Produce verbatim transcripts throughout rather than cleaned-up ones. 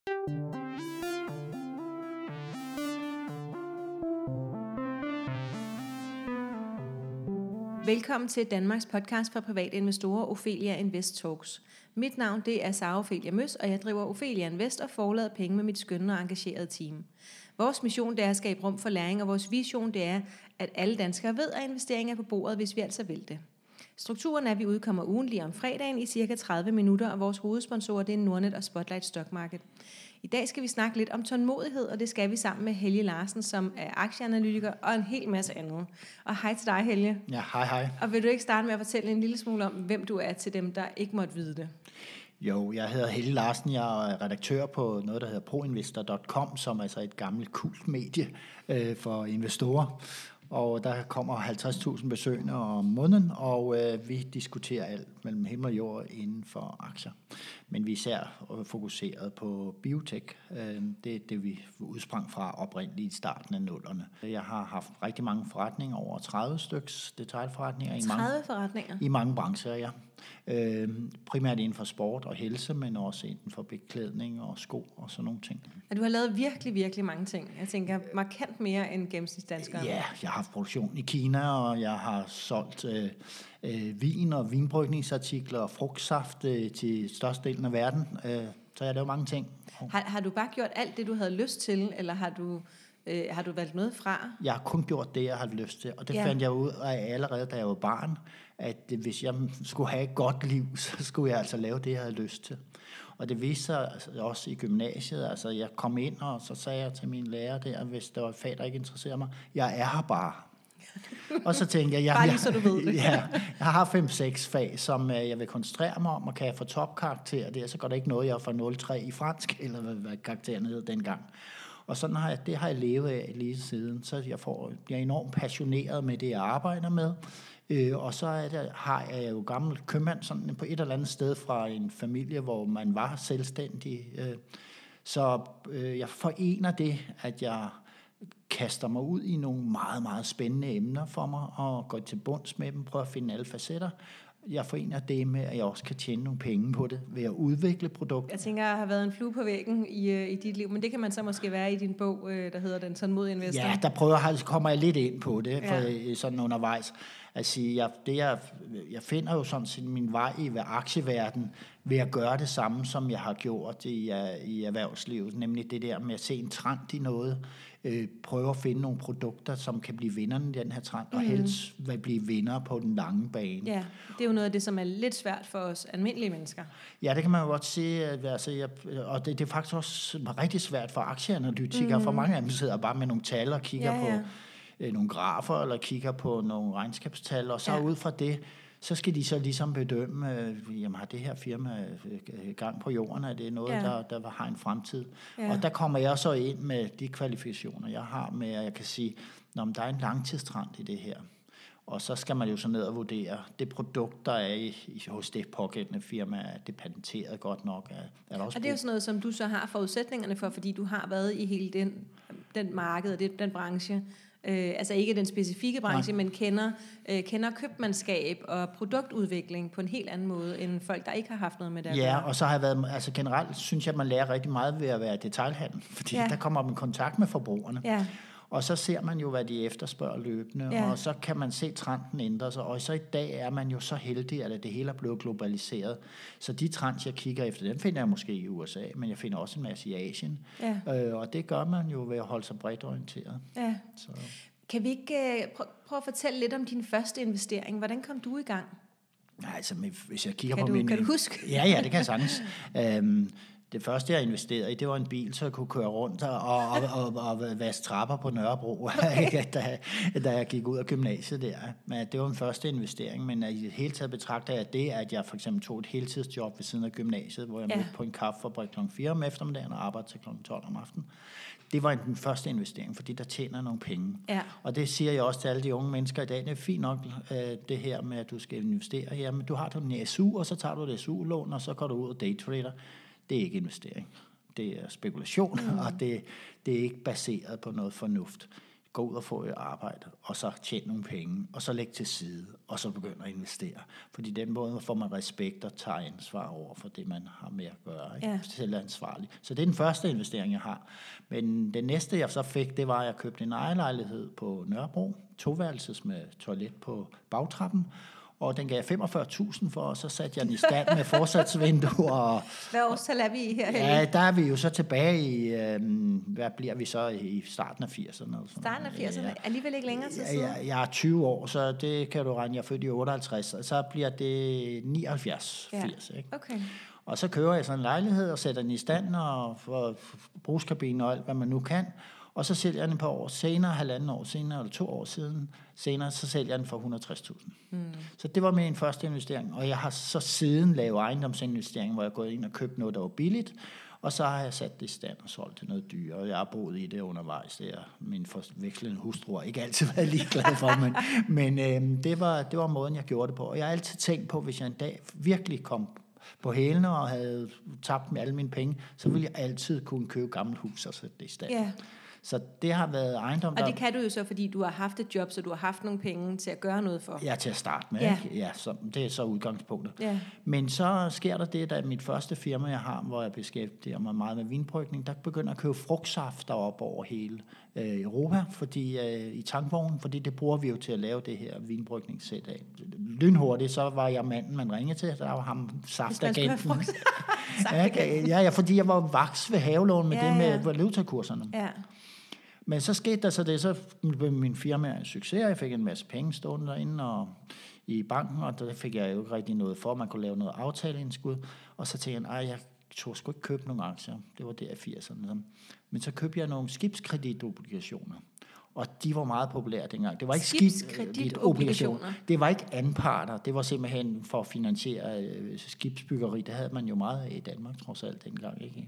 Velkommen til Danmarks podcast for private investorer, Ophelia Invest Talks. Mit navn det er Sara Ophelia Møs, og jeg driver Ophelia Invest og forlader penge med mit skønne og engagerede team. Vores mission det er at skabe rum for læring, og vores vision det er, at alle danskere ved, at investering er på bordet, hvis vi altså vil det. Strukturen er, at vi udkommer ugentlig om fredagen i cirka tredive minutter, og vores hovedsponsorer det er Nordnet og Spotlight Stock Market. I dag skal vi snakke lidt om tålmodighed, og det skal vi sammen med Helge Larsen, som er aktieanalytiker og en hel masse andet. Og hej til dig, Helge. Ja, hej hej. Og vil du ikke starte med at fortælle en lille smule om, hvem du er til dem, der ikke måtte vide det? Jo, jeg hedder Helge Larsen, jeg er redaktør på noget, der hedder proinvestor punktum com, som er altså et gammelt kultmedie øh, for investorer. Og der kommer halvtreds tusind besøgende om måneden, og øh, vi diskuterer alt mellem himmel og jord inden for aktier. Men vi er især fokuseret på biotech. Øh, det er det, vi udsprang fra oprindeligt i starten af nullerne. Jeg har haft rigtig mange forretninger, over tredive styks detailforretninger. I mange, tredive forretninger? I mange brancher, ja. Øh, primært inden for sport og helse, men også inden for beklædning og sko og sådan nogle ting. Ja, du har lavet virkelig, virkelig mange ting. Jeg tænker markant mere end gennemsnitsdanskere. Ja, jeg har haft produktion i Kina, og jeg har solgt øh, øh, vin og vinbrygningsartikler og frugtsaft øh, til størstedelen af verden. Øh, så jeg laver mange ting. Har, har du bare gjort alt det, du havde lyst til, eller har du... Øh, har du valgt noget fra? Jeg har kun gjort det, jeg havde lyst til, og det ja. fandt jeg ud af allerede, da jeg var barn, at hvis jeg skulle have et godt liv, så skulle jeg altså lave det, jeg havde lyst til. Og det viste sig altså også i gymnasiet, altså jeg kom ind, og så sagde jeg til min lærer der, hvis der var et fag, der ikke interesserer mig, jeg er her bare. Og så tænkte jeg, jeg, bare lige så du ved det. ja, jeg har fem seks fag, som jeg vil koncentrere mig om, og kan jeg få topkarakter der, så går der ikke noget, jeg får nul komma tre i fransk, eller hvad karakteren hed dengang. Og sådan har jeg, det har jeg levet af lige siden, så jeg får, jeg er enormt passioneret med det, jeg arbejder med. Øh, og så er det, har jeg jo gammel købmand sådan på et eller andet sted fra en familie, hvor man var selvstændig. Øh, så øh, jeg forener det, at jeg kaster mig ud i nogle meget, meget spændende emner for mig, og går til bunds med dem, prøver at finde alle facetter. Jeg forener det med, at jeg også kan tjene nogle penge på det, ved at udvikle produkter. Jeg tænker, at har været en flue på væggen i, i dit liv, men det kan man så måske være i din bog, der hedder Den tålmodige investor. Ja, der prøver, kommer jeg lidt ind på det, for ja. sådan undervejs. At sige, jeg, det jeg, jeg finder jo sådan set min vej i aktieverden ved at gøre det samme, som jeg har gjort i, i erhvervslivet, nemlig det der med at se en trend i noget, øh, prøve at finde nogle produkter, som kan blive vinderne i den her trend, mm. og helst vil blive vinder på den lange bane. Ja, det er jo noget af det, som er lidt svært for os almindelige mennesker. Ja, det kan man jo godt sige, altså, jeg, og det, det er faktisk også rigtig svært for aktieanalytikere, mm. for mange af dem sidder bare med nogle tal og kigger ja, ja. på nogle grafer, eller kigger på nogle regnskabstal, og så ja. ud fra det, så skal de så ligesom bedømme, øh, jamen har det her firma øh, gang på jorden, er det noget, ja. der, der har en fremtid? Ja. Og der kommer jeg så ind med de kvalifikationer, jeg har med, at jeg kan sige, når der er en langtidstrend i det her, og så skal man jo så ned og vurdere, det produkt, der er i, hos det pågældende firma, er det patenteret godt nok? Er, er der også og det er jo sådan noget, som du så har forudsætningerne for, fordi du har været i hele den, den marked og det, den branche. Øh, altså ikke den specifikke branche, Nej. men kender, øh, kender købmandskab og produktudvikling på en helt anden måde, end folk, der ikke har haft noget med det at Ja, og så har jeg været, altså generelt synes jeg, man lærer rigtig meget ved at være detailhandel, fordi ja. der kommer man i kontakt med forbrugerne. Ja. Og så ser man jo, hvad de efterspørger løbende, ja. og så kan man se trenden ændre sig. Og så i dag er man jo så heldig, at det hele er blevet globaliseret. Så de trends, jeg kigger efter, dem finder jeg måske i U S A, men jeg finder også en masse i Asien. Ja. Øh, og det gør man jo ved at holde sig bredt orienteret. Ja. Så. Kan vi ikke prø- prøve at fortælle lidt om din første investering? Hvordan kom du i gang? Nej, altså hvis jeg kigger kan på du, min... Kan du huske? Ja, ja, det kan jeg sagtens. øhm, Det første, jeg investerede i, det var en bil, så jeg kunne køre rundt og, og, og, og, og vaske trapper på Nørrebro, okay. da, da jeg gik ud af gymnasiet der. Men det var en første investering, men i det hele taget betragter jeg det, at jeg for eksempel tog et heltidsjob ved siden af gymnasiet, hvor jeg ja. mødte på en kaffefabrik klokken fire om eftermiddagen og arbejdede til klokken tolv om aftenen. Det var den første investering, fordi der tjener nogle penge. Ja. Og det siger jeg også til alle de unge mennesker i dag. Det er fint nok, det her med, at du skal investere. Jamen, du har din S U, og så tager du det S U-lån, og så går du ud og daytrader. Det er ikke investering. Det er spekulation, mm. og det, det er ikke baseret på noget fornuft. gå ud og få et arbejde, og så tjene nogle penge, og så lægge til side, og så begynde at investere. Fordi den måde får man respekt og tager ansvar over for det, man har med at gøre. Ikke? Ja. Selv ansvarlig. Så det er den første investering, jeg har. Men den næste, jeg så fik, det var, at jeg købte en ejerlejlighed på Nørrebro, toværelses med toilet på bagtrappen, og den gav jeg femogfyrre tusind for, og så satte jeg den i stand med forsatsvinduer. Og, hvad årstal er vi i her? Ja, der er vi jo så tilbage i, øh, hvad bliver vi så i starten af firserne? Starten af firserne? Ja. Alligevel ikke længere til siden? Jeg, jeg er tyve år, så det kan du regne, jeg er født i otteoghalvtreds, og så bliver det nioghalvfjerds firs. Ja. Ikke? Okay. Og så køber jeg sådan en lejlighed og sætter den i stand, og får brugskabinen og alt, hvad man nu kan. Og så sælger jeg den et par år senere, halvanden år senere, eller to år siden senere, så sælger jeg den for et hundrede og tres tusind. Mm. Så det var min første investering. Og jeg har så siden lavet ejendomsinvestering, hvor jeg er gået ind og købt noget, der var billigt, og så har jeg sat det i stand og solgt det noget dyre, og jeg har boet i det undervejs. Det er min forvekslende hustru har ikke altid været lige glad for, men, men øhm, det, var, det var måden, jeg gjorde det på. Og jeg har altid tænkt på, hvis jeg en dag virkelig kom på hælene og havde tabt med alle mine penge, så ville jeg altid kunne købe et gammelt hus og sætte det i stand. Yeah. Så det har været ejendom, og det kan du jo så, fordi du har haft et job, så du har haft nogle penge til at gøre noget for. Ja, til at starte med. Ja. Ja, så det er så udgangspunktet. Ja. Men så sker der det, da mit første firma, jeg har, hvor jeg beskæftiger mig meget med vinbrygning, der begynder at købe frugtsaft op over hele øh, Europa, fordi øh, i tankvognen, fordi det bruger vi jo til at lave det her vinbrygningssæt af. Lynhurtigt, så var jeg manden, man ringede til, der var ham saftagenten. ja, ja, ja, fordi jeg var vaks ved havelån med ja, det med ja. valutakurserne. Ja. Men så skete der så det, så blev min firma en succes, jeg fik en masse penge stående derinde og i banken, og der fik jeg jo ikke rigtig noget for, man kunne lave noget aftaleindskud, og så tænkte jeg, jeg tog sgu ikke købe nogle aktier, det var der i firserne. Men så købte jeg nogle skibskreditobligationer, og de var meget populære dengang. Det var ikke skibskreditobligationer, det var ikke anparter, det var simpelthen for at finansiere øh, skibsbyggeri, det havde man jo meget af i Danmark, trods alt dengang, ikke?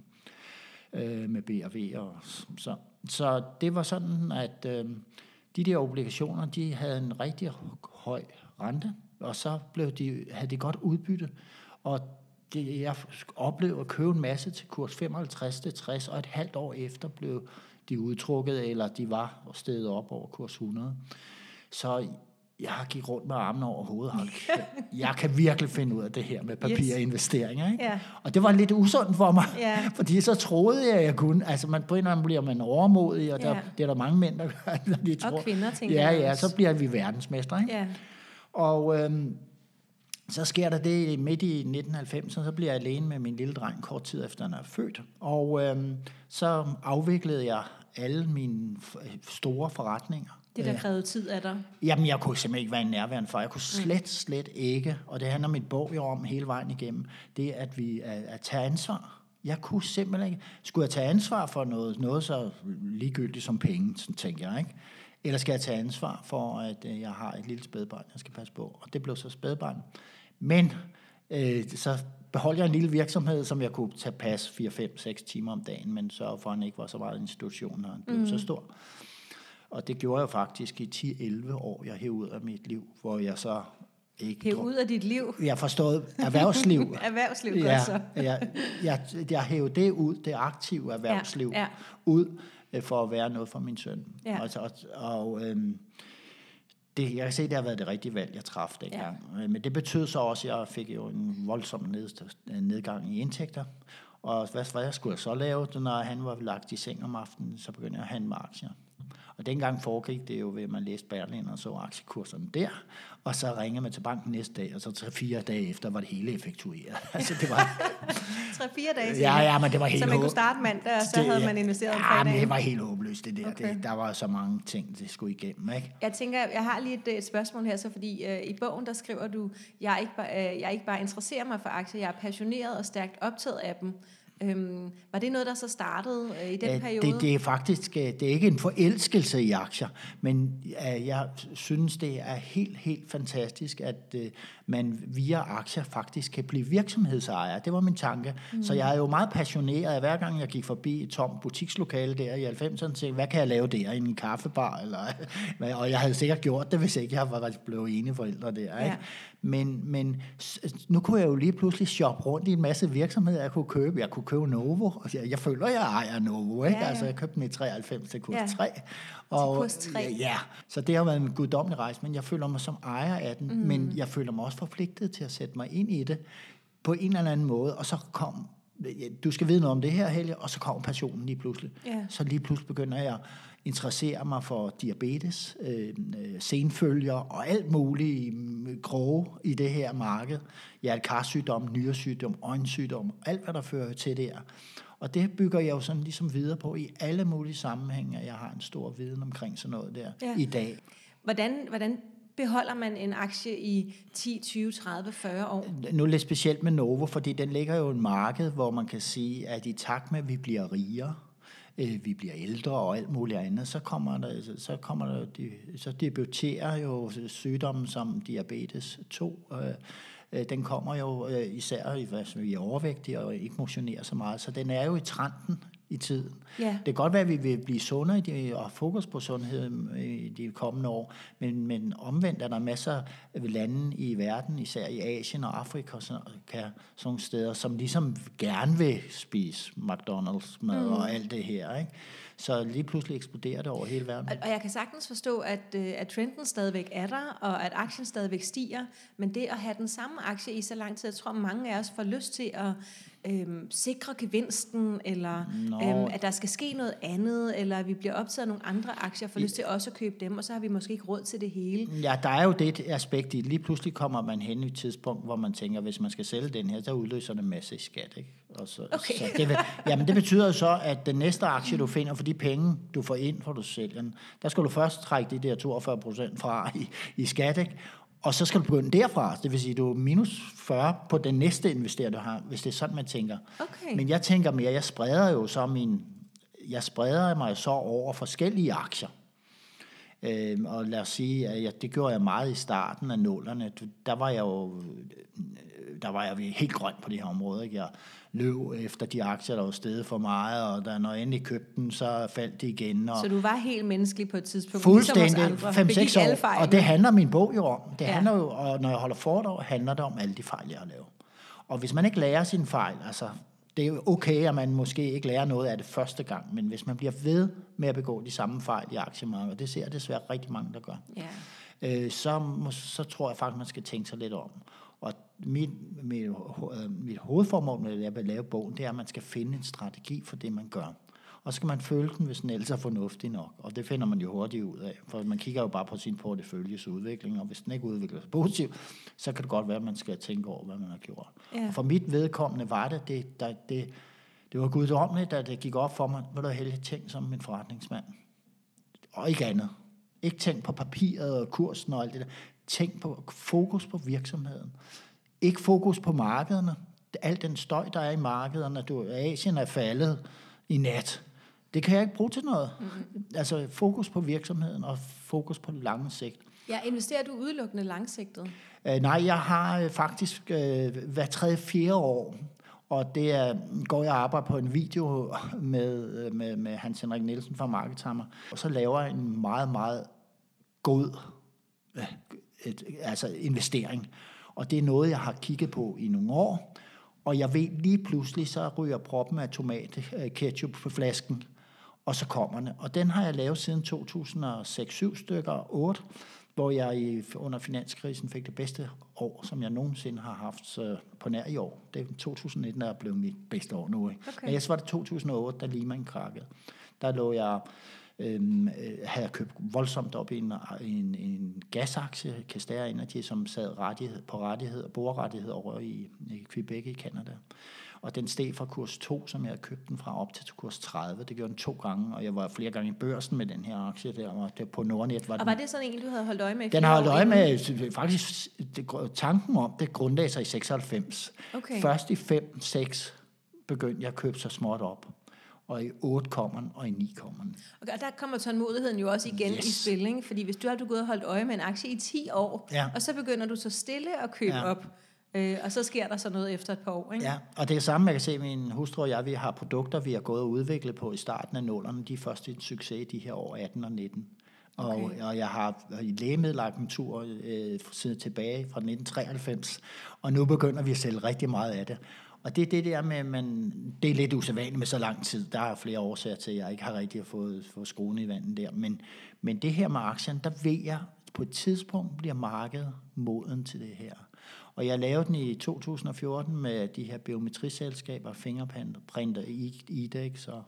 Øh, med B og V og så. Så det var sådan, at øh, de der obligationer, de havde en rigtig høj rente, og så blev de, havde de godt udbytte, og det, jeg oplevede at købe en masse til kurs femoghalvtreds til tres, og et halvt år efter blev de udtrukket, eller de var steget op over kurs hundrede. Så jeg har gik rundt med armene over hovedet. Jeg kan virkelig finde ud af det her med papirinvesteringer. Ikke? Yeah. Og det var lidt usundt for mig, yeah. fordi så troede jeg, at jeg kunne. Altså man, på en eller anden bliver man overmodig, og der, yeah. det er der mange mænd, der gør, når de tror. Og kvinder, tænker ja, jeg ja, så bliver vi verdensmestre. Ikke? Yeah. Og øhm, så sker der det midt i nitten halvfems, så bliver jeg alene med min lille dreng kort tid efter, han er født. Og øhm, så afviklede jeg alle mine store forretninger. Det, der krævede tid af dig? Jamen, jeg kunne simpelthen ikke være en nærværende far. Jeg kunne slet, slet ikke, og det handler mit bog jo om hele vejen igennem, det er, at vi at, at tage ansvar. Jeg kunne simpelthen ikke. Skulle jeg tage ansvar for noget, noget så ligegyldigt som penge, sådan tænker jeg, ikke? Eller skal jeg tage ansvar for, at øh, jeg har et lille spædbarn, jeg skal passe på? Og det blev så spædbarn. Men øh, så beholdt jeg en lille virksomhed, som jeg kunne tage pas fire, fem, seks timer om dagen, men sørge for, at han ikke var så meget institution, når han blev mm. så stor. Og det gjorde jeg faktisk i ti til elleve år, jeg hævde ud af mit liv, hvor jeg så ikke... Hævde ud af dit liv? Jeg forstod erhvervsliv. erhvervsliv, ja, godt så. jeg, jeg, jeg hævde det ud, det aktive erhvervsliv, ja, ja. ud for at være noget for min søn. Ja. Og, og, og øhm, det, jeg kan se, det har været det rigtige valg, jeg traf dengang. Ja. Men det betød så også, at jeg fik jo en voldsom ned, nedgang i indtægter. Og hvad, hvad jeg skulle jeg så lave, når han var lagt i seng om aftenen, så begyndte jeg at handle med aktier. Og dengang foregik det jo ved, at man læste Berlin og så aktiekurserne der, og så ringede man til banken næste dag, og så tre-fire dage efter var det hele effektueret. Altså det var... tre-fire dage ja, ja, men det var helt så man kunne starte mandag, og så det, havde man investeret om fredagen. Ja, men det var helt håbløst det der. Okay. Det, der var så mange ting, det skulle igennem, ikke? Jeg tænker, jeg har lige et, et spørgsmål her, så fordi øh, i bogen, der skriver du, jeg er, ikke bare, øh, jeg ikke bare interesserer mig for aktier, jeg er passioneret og stærkt optaget af dem. Øhm, var det noget, der så startede øh, i den ja, periode? Det, det er faktisk det er ikke en forelskelse i aktier, men øh, jeg synes, det er helt, helt fantastisk, at øh, man via aktier faktisk kan blive virksomhedsejer. Det var min tanke. Mm. Så jeg er jo meget passioneret, hver gang jeg gik forbi et tomt butikslokale der i halvfemserne, tænkte, hvad kan jeg lave der? En kaffebar? Eller, og jeg havde sikkert gjort det, hvis ikke jeg var blevet ene forældre der. Ikke? Ja. Men, men nu kunne jeg jo lige pludselig shoppe rundt i en masse virksomheder, jeg kunne købe. Jeg kunne købe Novo. Jeg, jeg føler, jeg ejer Novo, ikke? Ja, ja. Altså, jeg købte den i treoghalvfems til kurs Ja. tre. Og, til kurs tre? Ja, ja, så det har været en guddommelig rejse, men jeg føler mig som ejer af den, mm. men jeg føler mig også forpligtet til at sætte mig ind i det på en eller anden måde, og så kom, du skal vide noget om det her, Helge, og så kommer passionen lige pludselig. Ja. Så lige pludselig begynder jeg at interessere mig for diabetes, øh, senfølger og alt muligt grove i det her marked. Hjertekarsygdom, nyresygdom, øjensygdom, alt hvad der fører til det her. Og det bygger jeg jo sådan ligesom videre på i alle mulige sammenhænge, jeg har en stor viden omkring sådan noget der ja. i dag. Hvordan, hvordan beholder man en aktie i ti, tyve, tredive, fyrre år? Nu er det lidt specielt med Novo, fordi den ligger jo i et marked, hvor man kan sige, at i takt med, at vi bliver rigere, vi bliver ældre og alt muligt andet, så kommer der, så kommer der, så debuterer jo sygdommen som diabetes to. Den kommer jo især i, hvad vi er overvægtige og ikke motionerer så meget, så den er jo i trenden i tiden. Ja. Det kan godt være, at vi vil blive sundere i de, og fokus på sundhed i de kommende år, men, men omvendt er der masser af lande i verden, især i Asien og Afrika, og sådan, sådan nogle steder, som ligesom gerne vil spise McDonald's mad mm. og alt det her, ikke? Så lige pludselig eksploderer det over hele verden. Og jeg kan sagtens forstå, at, at trenden stadigvæk er der, og at aktien stadigvæk stiger, men det at have den samme aktie i så lang tid, jeg tror, mange af os får lyst til at øhm, sikre gevinsten, eller øhm, at der skal ske noget andet, eller at vi bliver optaget af nogle andre aktier, får lyst til også at købe dem, og så har vi måske ikke råd til det hele. Ja, der er jo det aspekt i. Lige pludselig kommer man hen i et tidspunkt, hvor man tænker, hvis man skal sælge den her, så udløser det en masse i skat, ikke? Og så, okay. så det, vil, jamen det betyder jo så, at den næste aktie, du finder for de penge, du får ind, for du sælger den, der skal du først trække de der toogfyrre procent fra i, i skat, ikke? Og så skal du begynde derfra. Det vil sige, at du er minus fyrre på den næste investering, du har, hvis det er sådan, man tænker. Okay. Men jeg tænker mere, jeg spreder jo så min, jeg spreder mig så over forskellige aktier. Øhm, og lad os sige, at jeg, det gjorde jeg meget i starten af nullerne. Der var jeg jo der var jeg helt grøn på det her område. Ikke? Jeg løb efter de aktier, der var steget for meget, og da når jeg endelig købte dem, så faldt det igen. Og så du var helt menneskelig på et tidspunkt? Fuldstændig, fem seks år. Og det handler min bog jo om. Det ja. handler jo, og når jeg holder foredrag, handler det om alle de fejl, jeg har lavet. Og hvis man ikke lærer sine fejl, altså det er jo okay, at man måske ikke lærer noget af det første gang, men hvis man bliver ved med at begå de samme fejl i aktiemarkedet, og det ser jeg desværre rigtig mange, der gør, ja. øh, så, så tror jeg faktisk, man skal tænke sig lidt om. Og mit, mit, mit hovedformål med at lave bogen, det er, at man skal finde en strategi for det, man gør. Og så skal man følge den, hvis den ellers er fornuftig nok. Og det finder man jo hurtigt ud af, for man kigger jo bare på sin porteføljes udvikling, og hvis den ikke udvikler sig positivt, så kan det godt være, at man skal tænke over, hvad man har gjort. Ja. Og for mit vedkommende var det, det, der, det, det var guddommeligt, da det gik op for mig, hvor der heldig tænkt som en forretningsmand. Og ikke andet. Ikke tænk på papiret og kursen og alt det der. Tænk på fokus på virksomheden. Ikke fokus på markederne. Alt den støj, der er i markederne, du, Asien er faldet i nat. Det kan jeg ikke bruge til noget. Mm-hmm. Altså fokus på virksomheden og fokus på lange sigt. Ja, investerer du udelukkende langsigtet? Uh, nej, jeg har uh, faktisk uh, hver tredje, fjerde år, og det er, går jeg og arbejder på en video med, med, med Hans Henrik Nielsen fra Markethammer, og så laver jeg en meget, meget god uh, et, altså investering. Og det er noget, jeg har kigget på i nogle år, og jeg ved lige pludselig, så ryger proppen af tomat ketchup på flasken, og så kommer den. Og den har jeg lavet siden to tusind og seks syv stykker, otte, hvor jeg i, under finanskrisen fik det bedste år, som jeg nogensinde har haft på nær i år. Det er to tusind nitten, der er blevet mit bedste år nu. Ikke? Okay. Men så var det to tusind og otte, da Lehman krakkede. Der lå jeg... Øhm, havde jeg købt voldsomt op i en, en, en gasaktie, Castera Energy, som sad rettighed, på rettighed og borrettighed over i, i Quebec i Canada. Og den steg fra kurs to, som jeg havde købt den fra, op til kurs tredive. Det gjorde den to gange, og jeg var flere gange i børsen med den her aktie der, og det, på Nordnet var og var den, det sådan en, du havde holdt øje med? Den har holdt øje med, faktisk, det, tanken om, det grundlagde sig i seksoghalvfems. Okay. Først i fem seks begyndte jeg at købe så småt op. Og i otte kommer den, og i ni kommer den. Okay, og der kommer tålmodigheden jo også igen yes. i spil, ikke? Fordi hvis du har du gået og holdt øje med en aktie i ti år, ja. og så begynder du så stille at købe ja. op, øh, og så sker der så noget efter et par år, ikke? Ja, og det er samme, jeg kan se, min hustru og jeg, vi har produkter, vi har gået og udviklet på i starten af nullerne, de er først en succes i de her år atten og nitten. Og, okay. og jeg har i lægemiddelagentur øh, siden tilbage fra nitten treoghalvfems, og nu begynder vi at sælge rigtig meget af det. Og det er det der med, man, det er lidt usædvanligt med så lang tid. Der er flere årsager til, at jeg ikke har rigtig fået, fået skruen i vandet der. Men, men det her med aktien, der ved jeg, på et tidspunkt bliver markedet moden til det her. Og jeg lavede den i to tusind og fjorten med de her biometriselskaber, Fingerprint og I D E X og,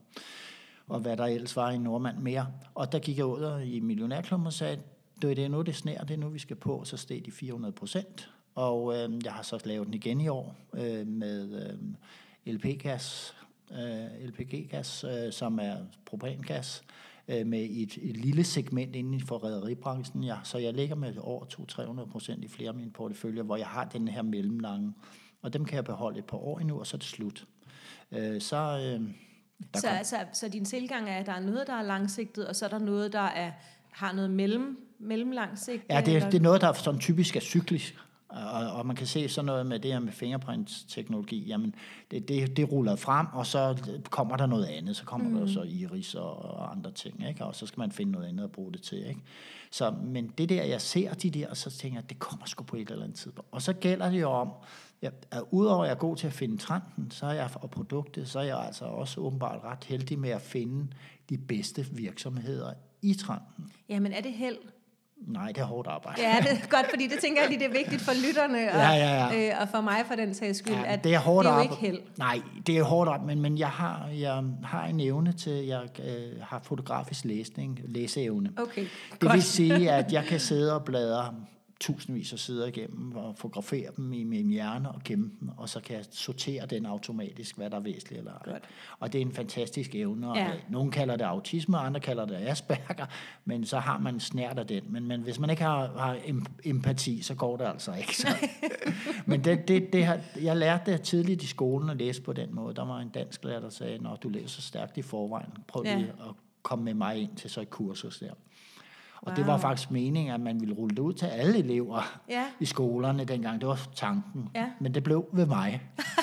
og hvad der ellers var i Nordmand mere. Og der gik jeg ud i millionærklubben og sagde, det er nu det snær, det er nu vi skal på, så steg de fire hundrede procent. Og øh, jeg har så lavet den igen i år øh, med øh, L P gas, øh, L P G-gas, øh, som er propangas, øh, med et, et lille segment inden for rederibranchen. Ja, så jeg ligger med over to til tre hundrede procent i flere af mine porteføljer, hvor jeg har den her mellemlange. Og dem kan jeg beholde et par år endnu, og så er det slut. Øh, så, øh, så, så, så din tilgang er, at der er noget, der er langsigtet, og så er der noget, der er, har noget mellem, mellemlangsigt? Ja, det, det er noget, der sådan typisk er cyklisk. Og, og man kan se sådan noget med det her med fingerprint-teknologi, jamen det, det, det ruller frem, og så kommer der noget andet, så kommer mm. der så iris og, og andre ting, ikke? Og så skal man finde noget andet at bruge det til, ikke? Så, men det der, jeg ser de der, og så tænker jeg, det kommer sgu på et eller andet tidspunkt. Og så gælder det jo om, at udover at jeg er god til at finde trenden, så er jeg, og produktet, så er jeg altså også åbenbart ret heldig med at finde de bedste virksomheder i trenden. Jamen er det held? Nej, det er hårdt arbejde. Ja, det er godt, fordi det tænker jeg lige, det er vigtigt for lytterne, og, ja, ja, ja. Øh, og for mig for den sags skyld, ja, at det er, hårdt det er jo arbejde. ikke held. Nej, det er hårdt arbejde, men, men jeg, har, jeg har en evne til, jeg øh, har fotografisk læsning, læseevne. Okay, det godt. vil sige, at jeg kan sidde og bladre tusindvis af sider igennem og fotografere dem i min hjerne og gemme dem, og så kan jeg sortere den automatisk, hvad der er væsentligt eller ej. Og det er en fantastisk evne. Ja. Nogle kalder det autisme, andre kalder det Asperger, men så har man snært af den. Men, men hvis man ikke har, har empati, så går det altså ikke. Så. Men det, det, det har, jeg lærte det tidligt i skolen at læse på den måde. Der var en dansk lærer, der sagde, når du læser så stærkt i forvejen, prøv lige ja. at komme med mig ind til så et kursus der. Og wow. det var faktisk meningen, at man ville rulle det ud til alle elever ja. i skolerne dengang. Det var tanken. Ja. Men det blev ved mig.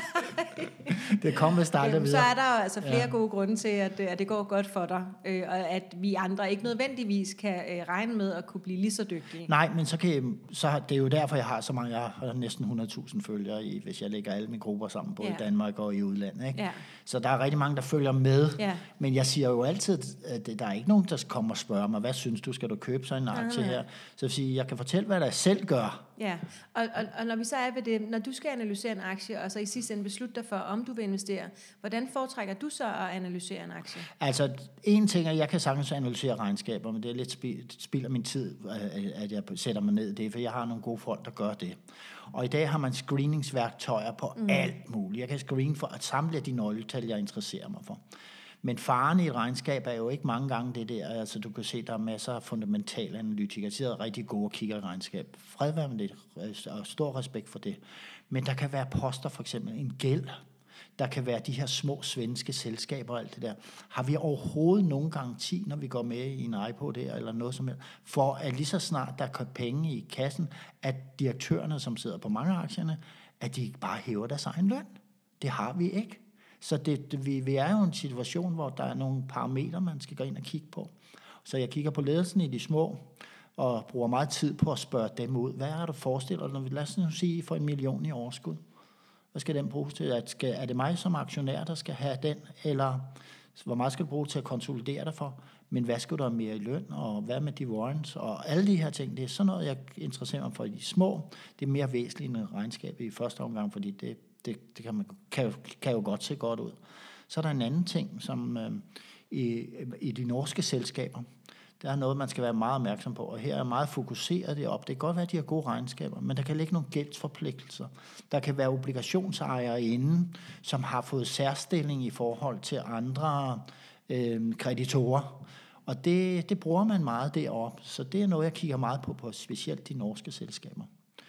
Det kom vist aldrig videre. Så er der jo altså flere ja. gode grunde til, at, at det går godt for dig. Øh, og at vi andre ikke nødvendigvis kan øh, regne med at kunne blive lige så dygtige. Nej, men så kan jeg, så det er jo derfor, jeg har så mange. Jeg har næsten hundrede tusind følgere, i, hvis jeg lægger alle mine grupper sammen, både ja. i Danmark og i udlandet. Ikke? Ja. Så der er rigtig mange, der følger med. Ja. Men jeg siger jo altid, at der er ikke nogen, der kommer og spørger mig, hvad synes du, skal du købe sådan en aktie her? Så jeg siger, jeg kan fortælle, hvad jeg selv gør. Ja, og, og, og når vi så er ved det, når du skal analysere en aktie, og så i sidste ende beslutte dig for, om du vil investere, hvordan foretrækker du så at analysere en aktie? Altså, en ting er, at jeg kan sagtens analysere regnskaber, men det er lidt spild af min tid, at jeg sætter mig ned i det, for jeg har nogle gode folk, der gør det. Og i dag har man screeningsværktøjer på mm. alt muligt. Jeg kan screene for at samle de nøgletal, jeg interesserer mig for. Men faren i et regnskab er jo ikke mange gange det der. Altså, du kan se, der er masser af fundamentale analytikere. De sidder rigtig gode og kigger i regnskab. Fred være med det, og stor respekt for det. Men der kan være poster, for eksempel en gæld. Der kan være de her små svenske selskaber og alt det der. Har vi overhovedet nogen garanti, når vi går med i en iPod der, eller noget som helst, for at lige så snart der er penge i kassen, at direktørerne, som sidder på mange af aktierne, at de bare hæver deres egen løn? Det har vi ikke. Så det, det, vi, vi er jo i en situation, hvor der er nogle parametre, man skal gå ind og kigge på. Så jeg kigger på ledelsen i de små, og bruger meget tid på at spørge dem ud. Hvad er det, du forestiller dig? Lad os nu sige, I får en million i overskud. Hvad skal den bruges til? At skal, er det mig som aktionær, der skal have den? Eller hvor meget skal du bruge til at konsolidere dig for? Men hvad skal du have mere i løn? Og hvad med de warrants? Og alle de her ting, det er sådan noget, jeg interesserer mig for i de små. Det er mere væsentligt end regnskab i første omgang, fordi det Det, det kan, man, kan, jo, kan jo godt se godt ud. Så er der en anden ting, som øh, i, i de norske selskaber, der er noget, man skal være meget opmærksom på, og her er meget fokuseret det op. Det kan godt være, at de har gode regnskaber, men der kan ligge nogle gældsforpligtelser. Der kan være obligationsejere inden, som har fået særstilling i forhold til andre øh, kreditorer. Og det, det bruger man meget deroppe, så det er noget, jeg kigger meget på, på specielt de norske selskaber.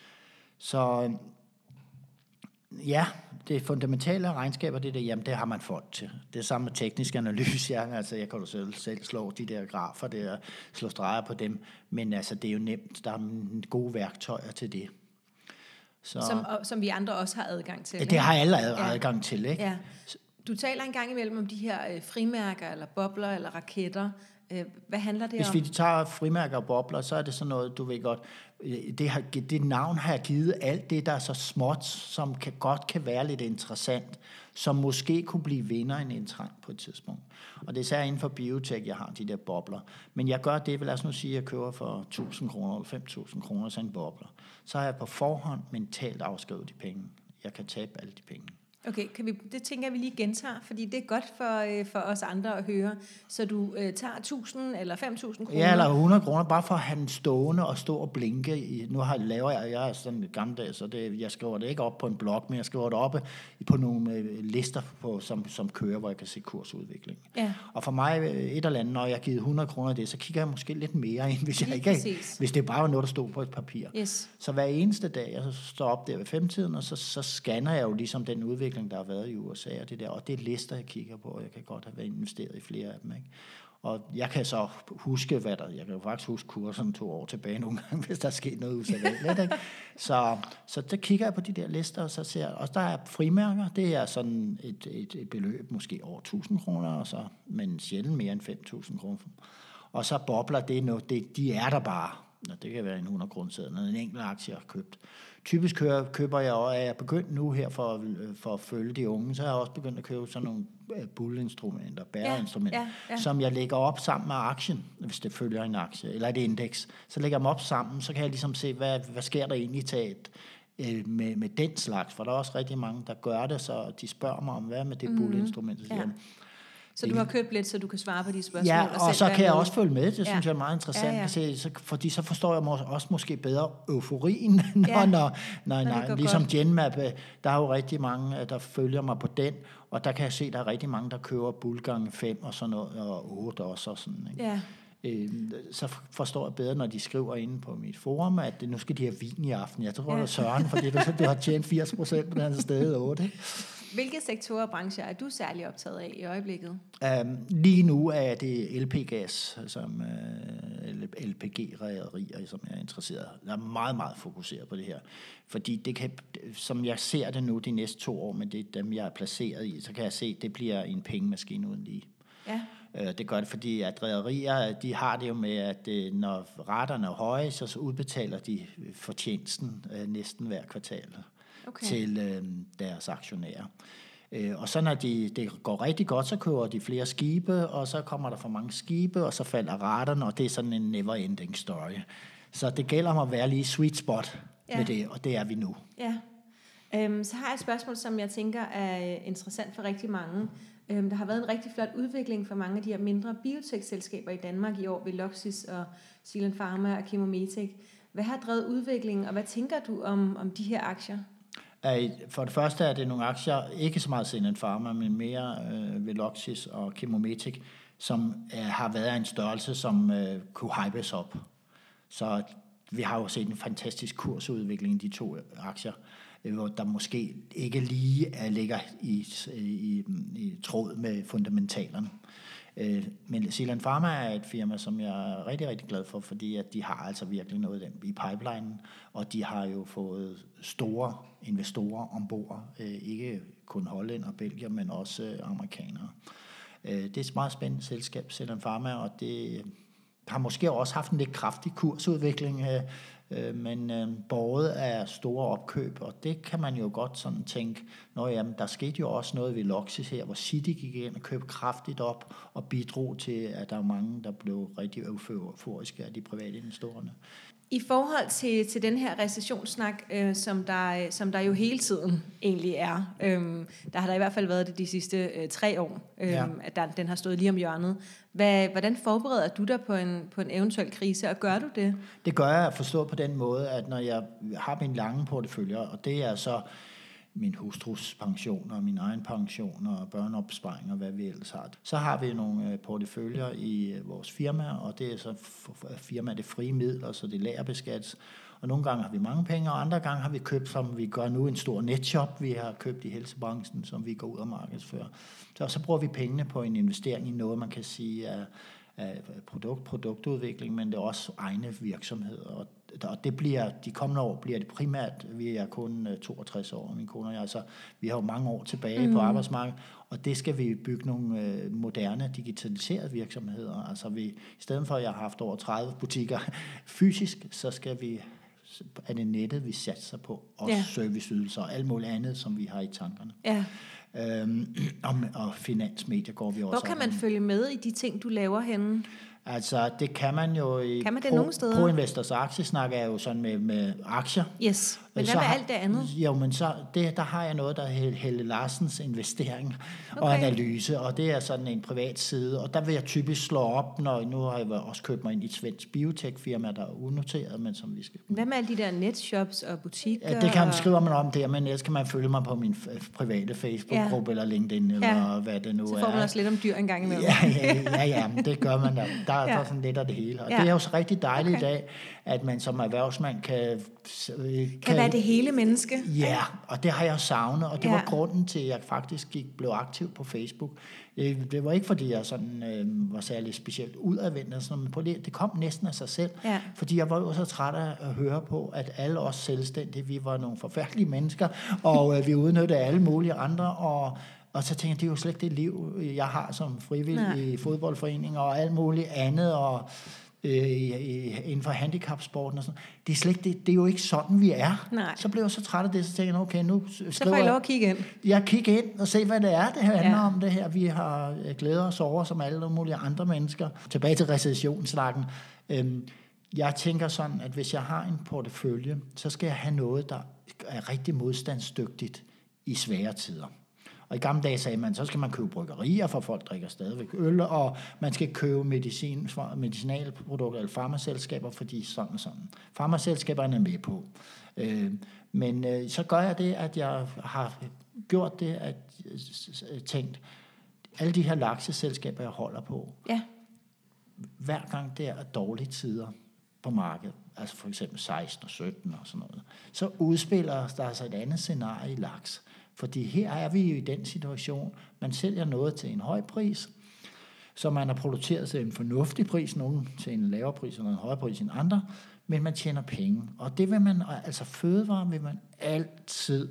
Så ja, det fundamentale regnskaber, det der, jamen det har man folk til. Det er samme med teknisk analyse, ja. Altså jeg kan jo selv, selv slå de der grafer der, slå streger på dem, men altså det er jo nemt, der er gode værktøjer til det. Så, som, som vi andre også har adgang til. Ja, det har alle adgang ja. til, ikke? Ja. Du taler en gang imellem om de her øh, frimærker, eller bobler, eller raketter. Øh, hvad handler det Hvis om? Hvis vi tager frimærker og bobler, så er det sådan noget, du ved godt, det, har, det navn har givet alt det, der er så småt, som kan, godt kan være lidt interessant, som måske kunne blive vinder i en trend på et tidspunkt. Og det er særligt inden for biotek, jeg har de der bobler. Men jeg gør det, vil lad os nu sige, at jeg køber for tusind kroner eller fem tusind kroner sådan en bobler. Så har jeg på forhånd mentalt afskrevet de penge. Jeg kan tabe alle de penge. Okay, kan vi, det tænker jeg, vi lige gentager, fordi det er godt for, øh, for os andre at høre. Så du øh, tager tusind eller fem tusind kroner? Ja, eller hundrede kroner, bare for at have den stående og stå og blinke. I, nu har, laver jeg, jeg er sådan et gammeldags, så det, jeg skriver det ikke op på en blog, men jeg skriver det op på nogle øh, lister, på, som, som kører, hvor jeg kan se kursudvikling. Ja. Og for mig, et eller andet, når jeg har givet hundrede kroner af det, så kigger jeg måske lidt mere ind, hvis, jeg ikke, hvis det bare var noget, der stod på et papir. Yes. Så hver eneste dag, jeg står op der ved femtiden, og så, så scanner jeg jo ligesom den udvikling, der har været i U S A, og det der, og det er lister, jeg kigger på, og jeg kan godt have været investeret i flere af dem, ikke? Og jeg kan så huske, hvad der, jeg kan jo faktisk huske kurserne to år tilbage nogle gange, hvis der er sket noget usædvanligt, ikke? Så, så der kigger jeg på de der lister, og så ser jeg, og der er frimærker, det er sådan et, et, et beløb, måske over tusind kroner, og så, men sjældent mere end fem tusind kroner. Og så bobler, det er noget, det, de er der bare. Det kan være en hundrede grundseddel, en enkelt aktie, jeg har købt. Typisk køber, køber jeg, og er jeg begyndt nu her for, for at følge de unge, så har jeg også begyndt at købe sådan nogle bullinstrumenter, bæreinstrumenter, ja, ja, ja. som jeg lægger op sammen med aktien, hvis det følger en aktie, eller et indeks. Så lægger jeg dem op sammen, så kan jeg ligesom se, hvad, hvad sker der egentlig til øh, med, med den slags, for der er også rigtig mange, der gør det, så de spørger mig om, hvad med det mm-hmm. bullinstrument, så siger ja. Så du har købt lidt, så du kan svare på de spørgsmål? Ja, og, og så kan jeg med. også følge med. Det ja. synes jeg er meget interessant. Ja, ja. Så, fordi så forstår jeg må, også måske bedre euforien, når, ja. når, når, når, når ligesom Genmap, der er jo rigtig mange, der følger mig på den, og der kan jeg se, der er rigtig mange, der køber bullgange fem og sådan noget, og otte også og sådan. Ikke? Ja. Så forstår jeg bedre, når de skriver inde på mit forum, at nu skal de have vin i aften. Jeg tror, ja. det er Søren, fordi du har tjent firs procent på den sted otte. Hvilke sektorer og brancher er du særlig optaget af i øjeblikket? Um, lige nu er det L P-gas, som uh, L P G-rederier, som jeg er interesseret. Jeg er meget, meget fokuseret på det her. Fordi det kan, som jeg ser det nu de næste to år, men det er dem, jeg er placeret i, så kan jeg se, at det bliver en pengemaskine uden lige. Ja. Det gør det, fordi at rederier, de har det jo med, at når raterne er høje, så udbetaler de fortjenesten næsten hver kvartal. Okay. til øh, deres aktionærer. Øh, og så når de, det går rigtig godt, så køber de flere skibe, og så kommer der for mange skibe, og så falder raterne, og det er sådan en never-ending story. Så det gælder om at være lige sweet spot ja. med det, og det er vi nu. Ja. Øhm, så har jeg et spørgsmål, som jeg tænker er interessant for rigtig mange. Øhm, der har været en rigtig flot udvikling for mange af de her mindre biotekselskaber i Danmark i år, ved Loxis og Zealand Pharma og Chemometec. Hvad har drevet udviklingen, og hvad tænker du om, om de her aktier? For det første er det nogle aktier, ikke så meget Zealand Pharma, men mere øh, ved Loxis og Chemometec, som øh, har været af en størrelse, som øh, kunne hypes op. Så vi har jo set en fantastisk kursudvikling i de to aktier, øh, hvor der måske ikke lige er, ligger i, i, i tråd med fundamentalerne. Øh, men Zealand Pharma er et firma, som jeg er rigtig, rigtig glad for, fordi at de har altså virkelig noget af dem i pipelinen, og de har jo fået store investorer ombord, øh, ikke kun hollænder og belgier, men også øh, amerikanere. Øh, det er et meget spændende selskab, Zealand Pharma, og det har måske også haft en lidt kraftig kursudvikling, øh, øh, men øh, båret af store opkøb, og det kan man jo godt sådan tænke, nå jamen, der skete jo også noget ved Loxis her, hvor Citi gik ind og købte kraftigt op og bidrog til, at der er mange, der blev rigtig euforiske af de private investorerne. I forhold til, til den her recessionssnak, øh, som, der, som der jo hele tiden egentlig er, øh, der har der i hvert fald været det de sidste øh, tre år, øh, ja. at der, den har stået lige om hjørnet. Hvad, hvordan forbereder du dig på en, på en eventuel krise, og gør du det? Det gør jeg at forstå på den måde, at når jeg har min lange portefølje, og det er så min hustrus pension og min egen pension og børneopsparing og hvad vi ellers har. Så har vi nogle porteføljer i vores firma, og det er så firma det frie midler, så det lagerbeskattes. Og nogle gange har vi mange penge, og andre gange har vi købt, som vi gør nu, en stor netshop, vi har købt i helsebranchen, som vi går ud og markedsfører. Så, så bruger vi pengene på en investering i noget, man kan sige er, er produkt, produktudvikling, men det er også egne virksomheder. Og og det bliver, de kommende år bliver det primært, vi er kun toogtres år, min kone og jeg, så vi har jo mange år tilbage mm. på arbejdsmarkedet, og det skal vi bygge nogle øh, moderne, digitaliserede virksomheder. Altså vi, i stedet for at jeg har haft over tredive butikker fysisk, så skal vi, er det nettet, vi satser på, og ja. serviceydelser og alt muligt andet, som vi har i tankerne. Ja. Øhm, og, og finansmedier går vi også. Hvor kan man følge med i de ting, du laver henne? Altså, det kan man jo i kan man det nogle steder? ProInvestors aktiesnak er jo sådan med, med aktier. Yes, men hvad med alt det andet? Jo, men så, det, der har jeg noget, der hedder Helle Larsens investering okay. og analyse, og det er sådan en privat side, og der vil jeg typisk slå op, når nu har jeg også købt mig ind i et svensk biotech-firma, der er unoteret, men som vi skal... Hvad med alle de der netshops og butikker? Ja, det kan man skrive man om der, men ellers kan man følge mig på min private Facebook-gruppe, ja. eller LinkedIn, eller ja. hvad det nu er. Så får man er. også lidt om dyr en gang imellem. Ja, ja, ja, ja, men det gør man da. Der, ja. der er sådan lidt af det hele. Og ja. det er jo så rigtig dejligt okay. i dag, at man som erhvervsmand kan... Kan, kan være det hele menneske. Ja, og det har jeg savnet, og det ja. var grunden til, at jeg faktisk gik, blev aktiv på Facebook. Det, det var ikke, fordi jeg sådan, øh, var særlig specielt udadvendt, sådan, men på det, det kom næsten af sig selv, ja. fordi jeg var jo så træt af at høre på, at alle os selvstændige, vi var nogle forfærdelige mennesker, og øh, vi udnyttede alle mulige andre, og Og så tænkte jeg, det er jo slet ikke det liv, jeg har som frivillig i fodboldforeninger og alt muligt andet, og øh, inden for handicapsporten og sådan. Det er slet ikke det, det er jo ikke sådan, vi er. Nej. Så blev jeg så træt af det, så tænkte jeg, okay, nu skriver så får jeg lov at kigge ind. Jeg kigger ind og se, hvad det er, det her handler ja. om det her. Vi har glæder os over, som alle mulige andre mennesker. Tilbage til recessionslakken. Øhm, jeg tænker sådan, at hvis jeg har en portefølje, så skal jeg have noget, der er rigtig modstandsdygtigt i svære tider. Og i gamle dage sagde man, så skal man købe bryggerier, for folk drikker stadigvæk øl, og man skal købe medicin, medicinalprodukter eller farmaselskaber, fordi sådan og sådan. Farmaselskaberne er med på. Øh, men øh, så gør jeg det, at jeg har gjort det, at jeg tænkt, alle de her lakseselskaber, jeg holder på, ja. hver gang der er dårlige tider på markedet, altså for eksempel seksten og sytten og sådan noget, så udspiller der sig et andet scenarie i laks. Fordi her er vi jo i den situation, man sælger noget til en høj pris, så man har produceret til en fornuftig pris, nogen til en lavere pris og en højere pris end andre, men man tjener penge. Og det vil man, altså fødevarer vil man altid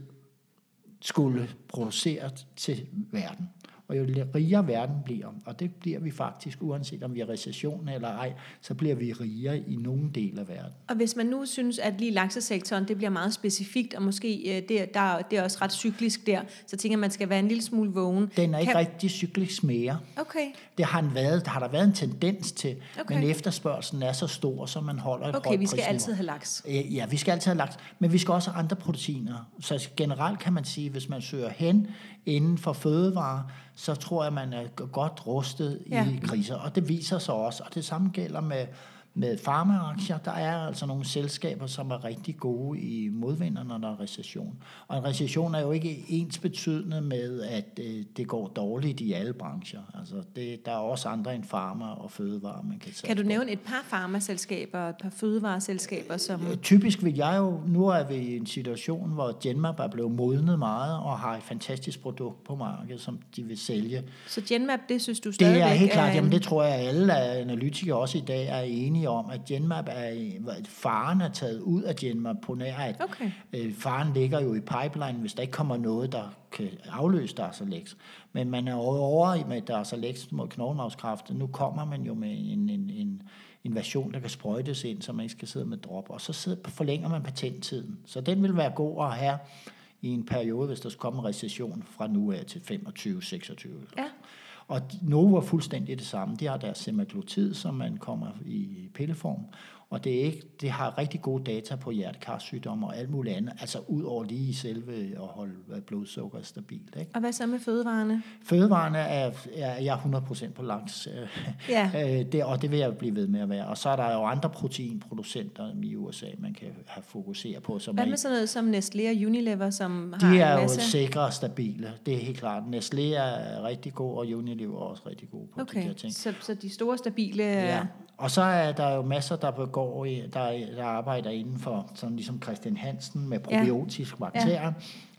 skulle producere til verden. Og jo rigere verden bliver, og det bliver vi faktisk, uanset om vi er recession eller ej, så bliver vi rigere i nogle dele af verden. Og hvis man nu synes, at lige laksesektoren, det bliver meget specifikt, og måske det, der, det er også ret cyklisk der, så tænker man, skal være en lille smule vågen. Den er ikke kan... rigtig cyklisk mere. Okay. Det har, en været, der har der været en tendens til, okay. men efterspørgselen er så stor, så man holder et okay, højt vi skal altid have laks. Ja, vi skal altid have laks, men vi skal også have andre proteiner. Så generelt kan man sige, hvis man søger hen inden for fødevarer, så tror jeg, man er godt rustet ja. i kriser. Og det viser sig også. Og det samme gælder med, med farmaaktier. Der er altså nogle selskaber, som er rigtig gode i modvinder, når der er recession. Og en recession er jo ikke ensbetydende med, at øh, det går dårligt i alle brancher. Altså det, der er også andre end farma og fødevarer, man kan sætte. Kan du nævne et par farmaselskaber og et par fødevareselskaber? Som... Typisk vil jeg jo, nu er vi i en situation, hvor Genmab er blevet modnet meget og har et fantastisk produkt på markedet, som de vil sælge. Så Genmab, det synes du stadigvæk? Det er helt klart, jamen det tror jeg, alle analytikere også i dag er enige om, at Genmab er, faren er taget ud af Genmab på nær, at okay. øh, faren ligger jo i pipeline, hvis der ikke kommer noget, der kan afløse Darzalex. Men man er over med Darzalex mod knoglemarvskræft. Nu kommer man jo med en, en, en, en version, der kan sprøjtes ind, så man ikke skal sidde med drop, og så sidder, forlænger man patenttiden. Så den vil være god at have i en periode, hvis der skal komme en recession fra nu af til femogtyve seksogtyve. Ja. Og Novo er fuldstændig det samme. De har deres semaglutid, som man kommer i pilleform, og det, er ikke, det har rigtig gode data på hjertekarsygdomme og alt muligt andet, altså ud over lige selve at holde blodsukker stabilt. Ikke? Og hvad så med fødevarene? Fødevarene er, er jeg hundrede procent på langs, ja. det, og det vil jeg blive ved med at være. Og så er der jo andre proteinproducenter i U S A, man kan have fokuseret på. Som hvad med sådan noget som Nestlé og Unilever, som har de er en masse? jo sikre og stabile, det er helt klart. Nestlé er rigtig god, og Unilever er også rigtig god på okay. de her ting. Så, så de store, stabile... Ja. Og så er der jo masser, der begår, der, der arbejder inden for, sådan ligesom Christian Hansen med probiotiske ja. bakterier. Ja.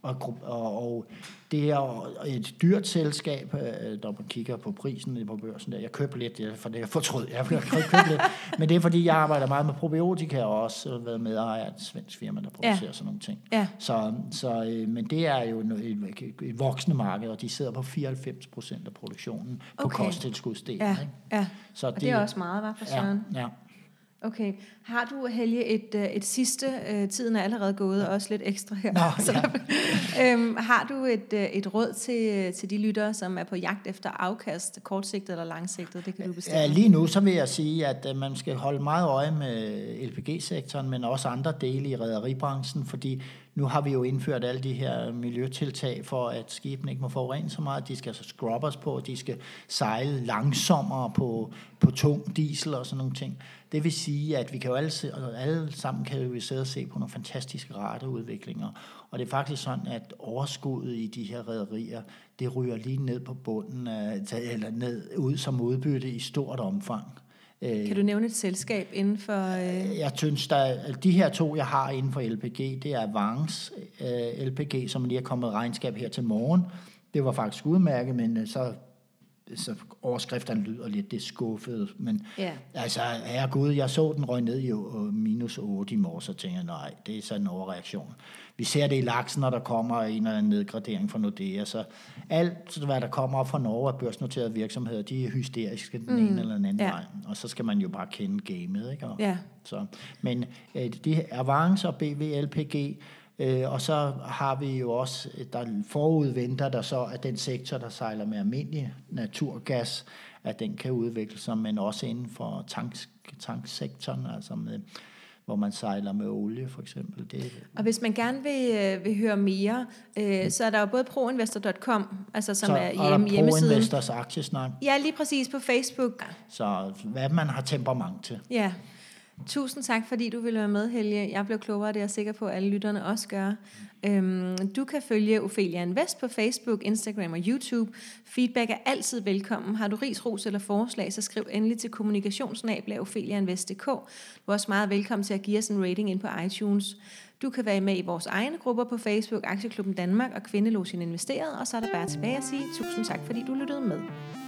Og, og, og det er et dyrt selskab, når man kigger på prisen på børsen. Der. Jeg køber lidt, for det jeg fortrød. Jeg køber lidt, men det er fordi, jeg arbejder meget med probiotika og også været medejer af et svensk firma, der producerer ja. sådan nogle ting. Ja. Så, så, men det er jo et, et voksende marked, og de sidder på fireoghalvfems procent af produktionen på okay. kosttilskudsdelen. Ja. Ikke? Ja. Så og det, det er også meget, var for Søren? Ja, ja. Okay. Har du, Helge, et, et sidste, uh, tiden er allerede gået, ja. og også lidt ekstra her. Nå, så, ja. øhm, har du et, et råd til, til de lyttere, som er på jagt efter afkast, kortsigtet eller langsigtet? Det kan du bestemme. Ja, lige nu så vil jeg sige, at uh, man skal holde meget øje med L P G-sektoren, men også andre dele i rederibranchen, fordi nu har vi jo indført alle de her miljøtiltag for, at skibene ikke må forurene så meget. De skal altså scrubbers på, de skal sejle langsommere på, på tung diesel og sådan nogle ting. Det vil sige, at vi kan jo alle, alle sammen kan jo sidde og se på nogle fantastiske rateudviklinger. Og det er faktisk sådan, at overskuddet i de her rederier, det ryger lige ned på bunden, eller ned ud som udbytte i stort omfang. Kan du nævne et selskab inden for... Øh... Jeg synes, der de her to, jeg har inden for L P G, det er Vance øh, L P G, som lige er kommet regnskab her til morgen. Det var faktisk udmærket, men så, så overskrifterne lyder lidt, det skuffede. Men yeah. altså, herregud, jeg så den røg ned i minus otte i morges, og tænkte, nej, det er sådan en overreaktion. Vi ser det i laksen, når der kommer en eller anden nedgradering fra Nordea. Så alt, hvad der kommer fra Norge af børsnoterede virksomheder, de er hysteriske den mm. ene eller den anden yeah. vej. Og så skal man jo bare kende gamet, ikke? Og, yeah. så, men øh, det er Avance og B V L P G, øh, og så har vi jo også, der forudventer der så, at den sektor, der sejler med almindelig naturgas, at den kan udvikle sig, men også inden for tank, tanksektoren, altså med hvor man sejler med olie, for eksempel. Det. Og hvis man gerne vil, vil høre mere, øh, så er der jo både proinvestor punktum com, altså som så, er hjem, hjemmesiden. Så Proinvestors aktiesnak. Ja, lige præcis på Facebook. Så hvad man har temperament til. Ja. Tusind tak, fordi du ville være med, Helge. Jeg blev klogere, det er jeg sikker på, at alle lytterne også gør. Øhm, du kan følge Ophelia Invest på Facebook, Instagram og YouTube. Feedback er altid velkommen. Har du ris, ros eller forslag, så skriv endelig til kommunikationsnabel-a ophelia invest punktum d k. Du er også meget velkommen til at give os en rating ind på iTunes. Du kan være med i vores egne grupper på Facebook, Aktieklubben Danmark og Kvindelogien Investeret. Og så er der bare tilbage at sige tusind tak, fordi du lyttede med.